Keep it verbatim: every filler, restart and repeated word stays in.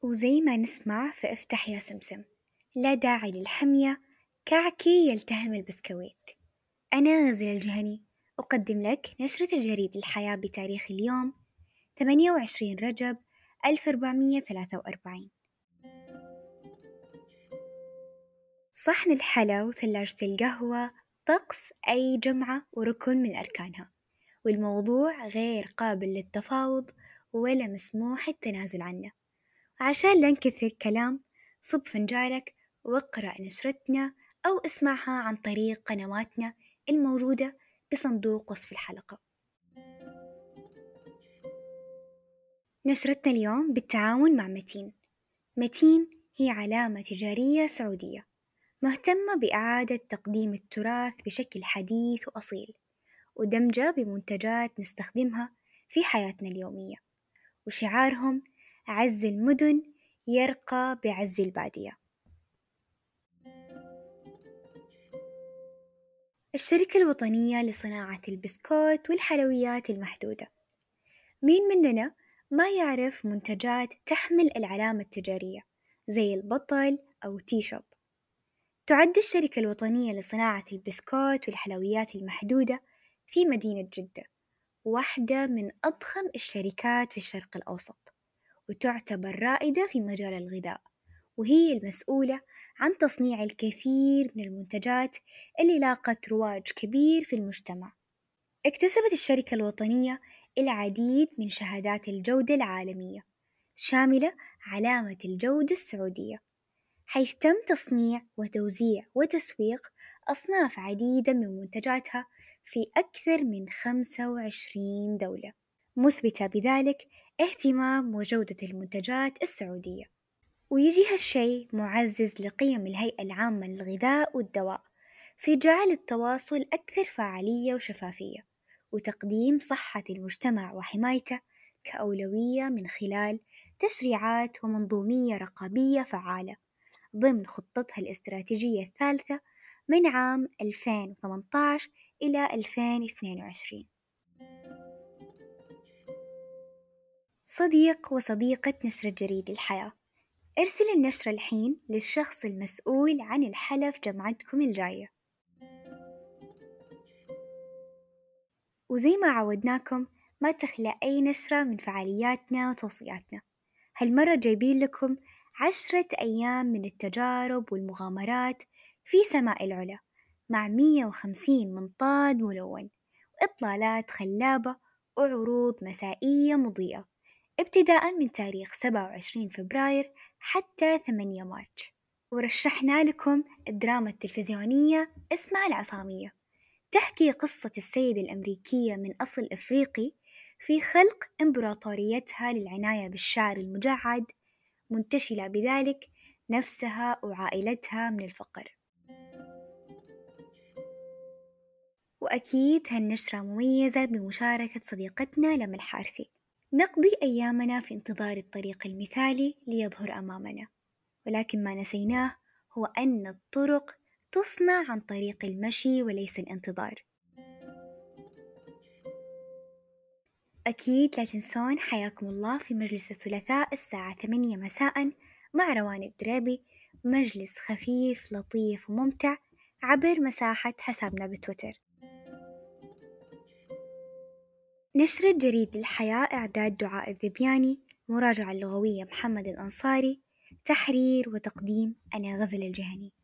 وزي ما نسمع فافتح يا سمسم، لا داعي للحمية، كعكي يلتهم البسكويت. أنا غزل الجهني أقدم لك نشرة الجريد الحياة بتاريخ اليوم ثمانية وعشرين رجب ألف وأربعمية وثلاثة وأربعين. صحن الحلا وثلاجة القهوة طقس أي جمعة وركن من أركانها، والموضوع غير قابل للتفاوض ولا مسموح التنازل عنه. عشان لا نكثر كلام، صب فنجالك واقرأ نشرتنا أو اسمعها عن طريق قنواتنا الموجودة بصندوق وصف الحلقة. نشرتنا اليوم بالتعاون مع متين. متين هي علامة تجارية سعودية مهتمة بإعادة تقديم التراث بشكل حديث وأصيل، ودمجه بمنتجات نستخدمها في حياتنا اليومية، وشعارهم عز المدن يرقى بعز البادية. الشركة الوطنية لصناعة البسكوت والحلويات المحدودة. مين مننا ما يعرف منتجات تحمل العلامة التجارية زي البطل أو تي شوب؟ تعد الشركة الوطنية لصناعة البسكوت والحلويات المحدودة في مدينة جدة واحدة من أضخم الشركات في الشرق الأوسط، وتعتبر رائدة في مجال الغذاء، وهي المسؤولة عن تصنيع الكثير من المنتجات اللي لاقت رواج كبير في المجتمع. اكتسبت الشركة الوطنية العديد من شهادات الجودة العالمية شاملة علامة الجودة السعودية، حيث تم تصنيع وتوزيع وتسويق أصناف عديدة من منتجاتها في أكثر من خمسة وعشرين دولة، مثبتة بذلك اهتمام وجودة المنتجات السعودية. ويجي هالشي معزز لقيم الهيئة العامة للغذاء والدواء في جعل التواصل أكثر فاعلية وشفافية، وتقديم صحة المجتمع وحمايته كأولوية من خلال تشريعات ومنظومية رقابية فعالة ضمن خطتها الاستراتيجية الثالثة من عام ألفين وثمانية عشر إلى ألفين واثنين وعشرين. صديق وصديقة نشرة جريد الحياة، ارسل النشرة الحين للشخص المسؤول عن الحلا في جمعتكم الجاية. وزي ما عودناكم ما تخلى أي نشرة من فعالياتنا وتوصياتنا. هالمرة جايبين لكم عشرة أيام من التجارب والمغامرات في سماء العلا مع مية وخمسين منطاد ملون، وإطلالات خلابة وعروض مسائية مضيئة ابتداء من تاريخ سبعة وعشرين فبراير حتى ثمانية مارس. ورشحنا لكم الدراما التلفزيونية اسمها العصامية، تحكي قصة السيدة الأمريكية من أصل أفريقي في خلق إمبراطوريتها للعناية بالشعر المجعد، منتشلة بذلك نفسها وعائلتها من الفقر. وأكيد هالنشرة مميزة بمشاركة صديقتنا لمى الحارثي. نقضي أيامنا في انتظار الطريق المثالي ليظهر أمامنا، ولكن ما نسيناه هو أن الطرق تصنع عن طريق المشي وليس الانتظار. أكيد لا تنسون حياكم الله في مجلس الثلاثاء الساعة ثمانية مساء مع روان الدريبي، مجلس خفيف لطيف وممتع عبر مساحة حسابنا بتويتر. نشرة جريد الحياة، إعداد دعاء الذبياني، مراجعة اللغوية محمد الأنصاري، تحرير وتقديم أنا غزل الجهني.